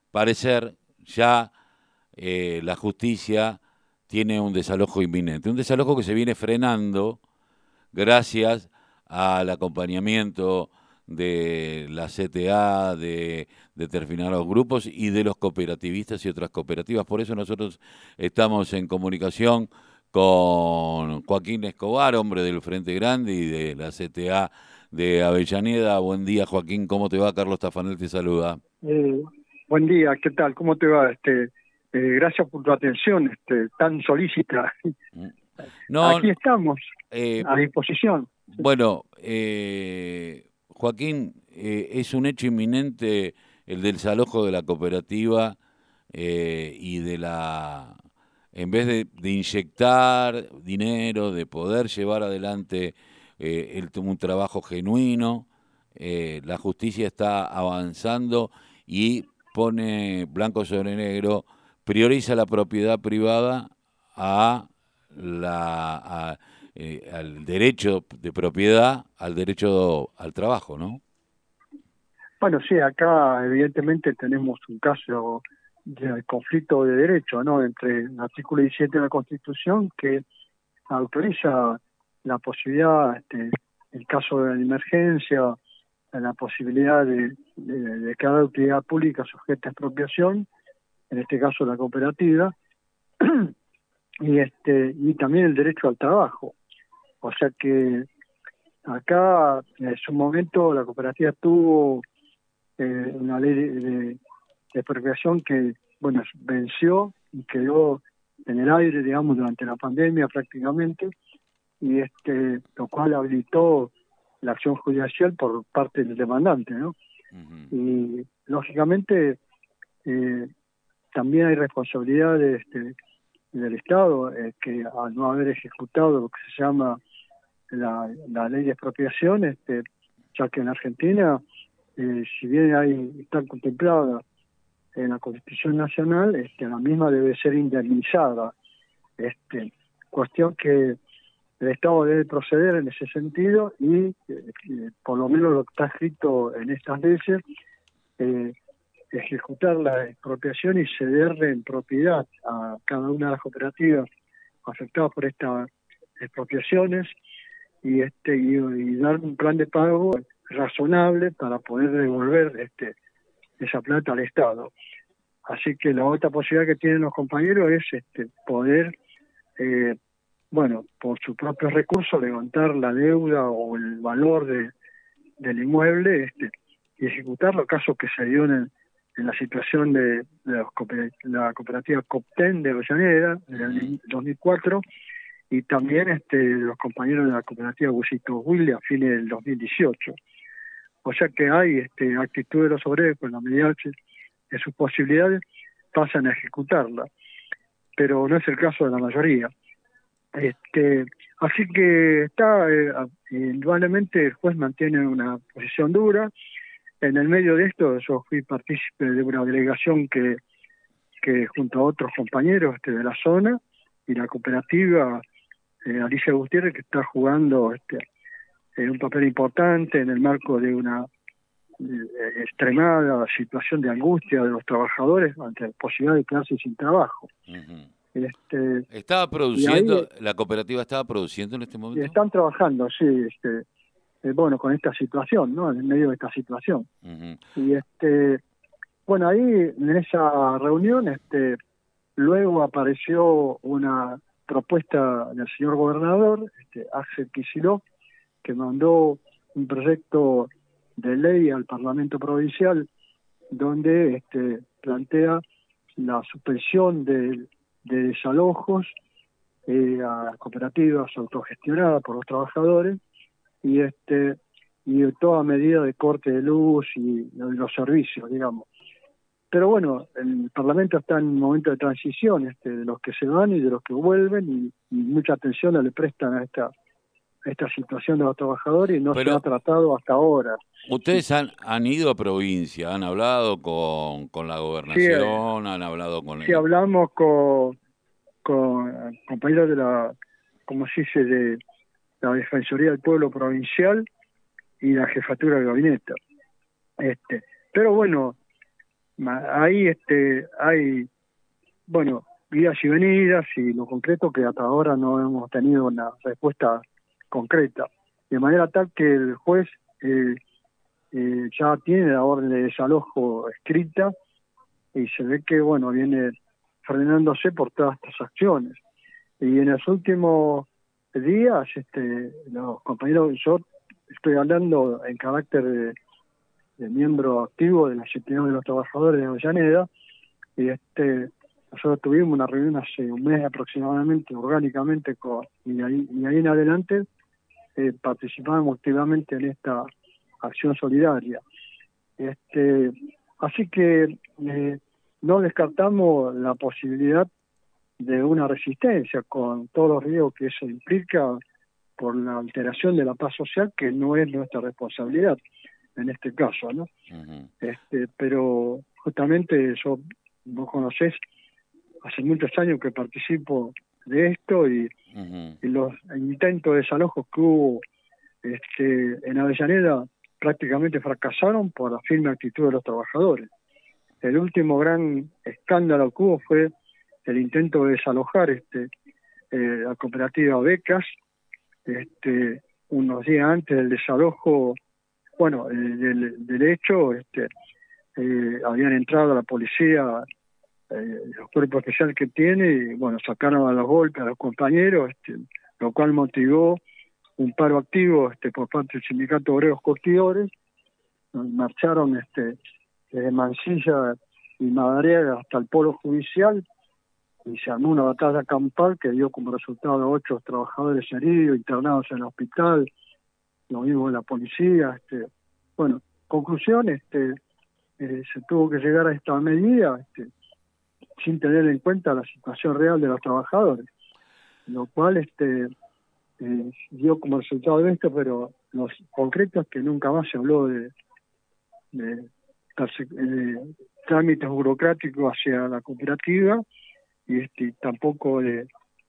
parecer ya la justicia tiene un desalojo inminente, un desalojo que se viene frenando gracias al acompañamiento de la CTA, de determinados grupos y de los cooperativistas y otras cooperativas. Por eso nosotros estamos en comunicación con Joaquín Escobar, hombre del Frente Grande y de la CTA de Avellaneda. Buen día, Joaquín, ¿cómo te va? Carlos Tafanel te saluda. Buen día, ¿qué tal? ¿Cómo te va? Gracias por tu atención, tan solícita. No, Aquí estamos, eh, a disposición. bueno, Joaquín, es un hecho inminente el del desalojo de la cooperativa y de en vez de inyectar dinero, de poder llevar adelante un trabajo genuino, la justicia está avanzando y pone blanco sobre negro, prioriza la propiedad privada a al derecho de propiedad, al derecho al trabajo, ¿no? Bueno, sí, acá evidentemente tenemos un caso de conflicto de derecho, ¿no? Entre el artículo 17 de la Constitución, que autoriza la posibilidad, en caso de emergencia, la posibilidad de cada utilidad pública sujeta a expropiación, en este caso la cooperativa, y también el derecho al trabajo. O sea que acá en su momento la cooperativa tuvo una ley de expropiación que, bueno, venció y quedó en el aire, digamos, durante la pandemia prácticamente, y lo cual habilitó la acción judicial por parte del demandante, ¿no? Uh-huh. Y lógicamente también hay responsabilidad del Estado, que al no haber ejecutado lo que se llama la ley de expropiación, ya que en Argentina, si bien está contemplada en la Constitución Nacional, la misma debe ser indemnizada. Cuestión que el Estado debe proceder en ese sentido y, por lo menos lo que está escrito en estas leyes, ejecutar la expropiación y cederle en propiedad a cada una de las cooperativas afectadas por estas expropiaciones y dar un plan de pago razonable para poder devolver esa plata al Estado. Así que la otra posibilidad que tienen los compañeros es poder, por sus propios recursos, levantar la deuda o el valor del inmueble y ejecutarlo, caso que se dio en la situación de la cooperativa Copten de Avellaneda en el 2004, y también los compañeros de la cooperativa Busito Willy a fines del 2018. O sea que hay actitud de los obreros, con la medida de sus posibilidades pasan a ejecutarla, pero no es el caso de la mayoría. Así que indudablemente el juez mantiene una posición dura. En el medio de esto yo fui partícipe de una delegación que junto a otros compañeros de la zona y la cooperativa Alicia Gutiérrez, que está jugando un papel importante en el marco de una extremada situación de angustia de los trabajadores ante la posibilidad de quedarse sin trabajo. Uh-huh. ¿Estaba produciendo, la cooperativa estaba produciendo en este momento? Están trabajando, sí, con esta situación, ¿no? En medio de esta situación. Uh-huh. Y ahí en esa reunión, luego apareció una propuesta del señor gobernador, Axel Kicillof, que mandó un proyecto de ley al Parlamento Provincial donde plantea la suspensión de desalojos a cooperativas autogestionadas por los trabajadores y toda medida de corte de luz y de los servicios, digamos. Pero bueno, el Parlamento está en un momento de transición, de los que se van y de los que vuelven, y mucha atención le prestan a esta situación de los trabajadores, y no se ha tratado hasta ahora. Ustedes han ido a provincia, han hablado con la gobernación, han hablado con... Sí, hablamos con compañeros de de la Defensoría del Pueblo Provincial y la Jefatura de Gabinete. Pero bueno, Ahí hay, bueno, idas y venidas, y lo concreto que hasta ahora no hemos tenido una respuesta concreta. De manera tal que el juez ya tiene la orden de desalojo escrita y se ve que, bueno, viene frenándose por todas estas acciones. Y en los últimos días, los compañeros, yo estoy hablando en carácter de miembro activo de la Asociación de los Trabajadores de Avellaneda, y nosotros tuvimos una reunión hace un mes aproximadamente, orgánicamente, y ahí en adelante participamos activamente en esta acción solidaria. Así que no descartamos la posibilidad de una resistencia con todos los riesgos que eso implica por la alteración de la paz social, que no es nuestra responsabilidad en este caso, ¿no? Ujú. Pero justamente vos conocés, hace muchos años que participo de esto, y Ujú. los intentos de desalojos que hubo en Avellaneda prácticamente fracasaron por la firme actitud de los trabajadores. El último gran escándalo que hubo fue el intento de desalojar la cooperativa Becas, unos días antes del desalojo, bueno, del hecho, habían entrado a la policía, los cuerpos especiales que tiene, y bueno, sacaron a los golpes a los compañeros, lo cual motivó un paro activo por parte del Sindicato de Obreros Curtidores. Marcharon desde Mansilla y Madariaga hasta el Polo Judicial, y se armó una batalla campal que dio como resultado 8 trabajadores heridos, internados en el hospital, lo mismo en la policía. Bueno, conclusión, se tuvo que llegar a esta medida sin tener en cuenta la situación real de los trabajadores, lo cual dio como resultado de esto, pero los concretos que nunca más se habló de trámites burocráticos hacia la cooperativa, y tampoco de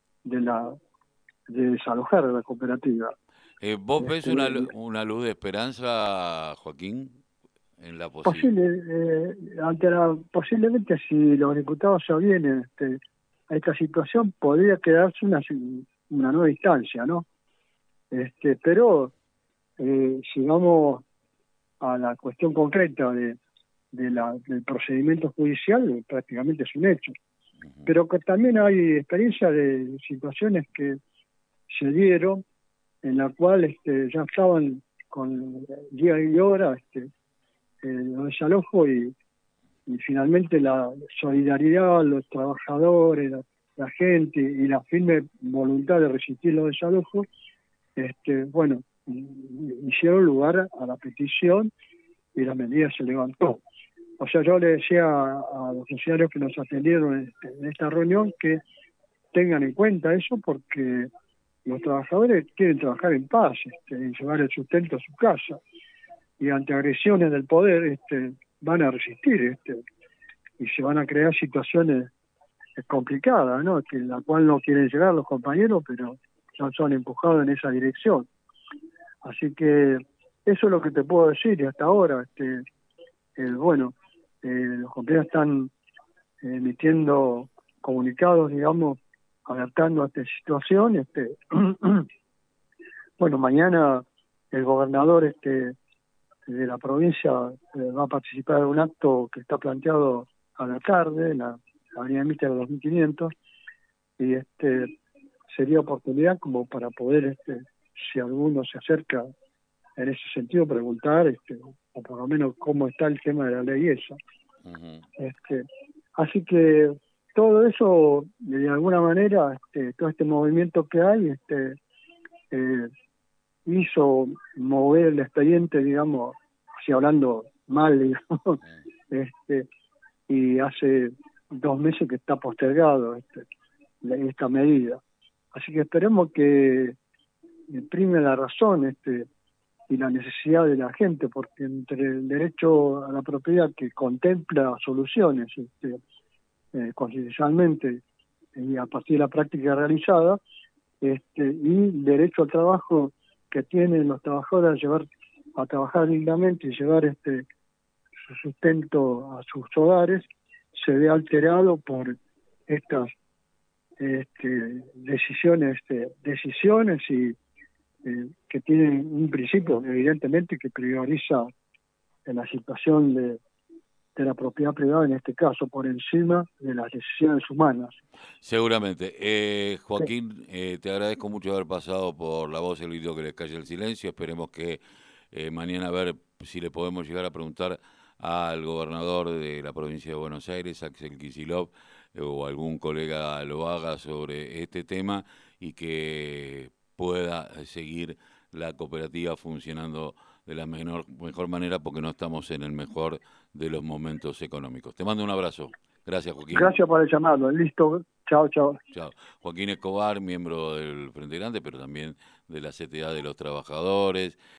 desalojar a la cooperativa. ¿Vos ves una luz de esperanza, Joaquín, en la Posible, posiblemente, si los diputados se avienen a esta situación, podría quedarse una nueva instancia, ¿no? Pero si vamos a la cuestión concreta del procedimiento judicial, prácticamente es un hecho. Uh-huh. Pero que también hay experiencia de situaciones que se dieron en la cual ya estaban con día y hora los desalojos, y finalmente la solidaridad, los trabajadores, la gente y la firme voluntad de resistir los desalojos, bueno, hicieron lugar a la petición y la medida se levantó. O sea, yo le decía a los funcionarios que nos atendieron en esta reunión que tengan en cuenta eso, porque los trabajadores quieren trabajar en paz, y llevar el sustento a su casa, y ante agresiones del poder van a resistir, y se van a crear situaciones complicadas, ¿no? Que la cual no quieren llegar los compañeros, pero ya son empujados en esa dirección. Así que eso es lo que te puedo decir, y hasta ahora, bueno, los compañeros están emitiendo comunicados, digamos, alertando a esta situación. Bueno, mañana el gobernador de la provincia va a participar en un acto que está planteado a la tarde en la avenida Mitre de 2500, y sería oportunidad como para poder, si alguno se acerca en ese sentido, preguntar, o por lo menos cómo está el tema de la ley esa. Uh-huh. Así que todo eso, de alguna manera, todo este movimiento que hay, hizo mover el expediente, digamos, así hablando mal, digamos, y hace 2 meses que está postergado esta medida. Así que esperemos que prime la razón y la necesidad de la gente, porque entre el derecho a la propiedad, que contempla soluciones constitucionalmente y a partir de la práctica realizada, y derecho al trabajo que tienen los trabajadores a trabajar dignamente y llevar su sustento a sus hogares se ve alterado por estas decisiones y que tienen un principio evidentemente que prioriza en la situación de la propiedad privada, en este caso, por encima de las decisiones humanas. Seguramente. Joaquín, te agradezco mucho haber pasado por La Voz, el grito que les calle el silencio. Esperemos que mañana a ver si le podemos llegar a preguntar al gobernador de la provincia de Buenos Aires, Axel Kicillof, o algún colega lo haga sobre este tema y que pueda seguir la cooperativa funcionando de la mejor manera, porque no estamos en el mejor de los momentos económicos. Te mando un abrazo. Gracias, Joaquín. Gracias por el llamado. Listo. Chao, chao. Chao. Joaquín Escobar, miembro del Frente Grande, pero también de la CTA de los Trabajadores.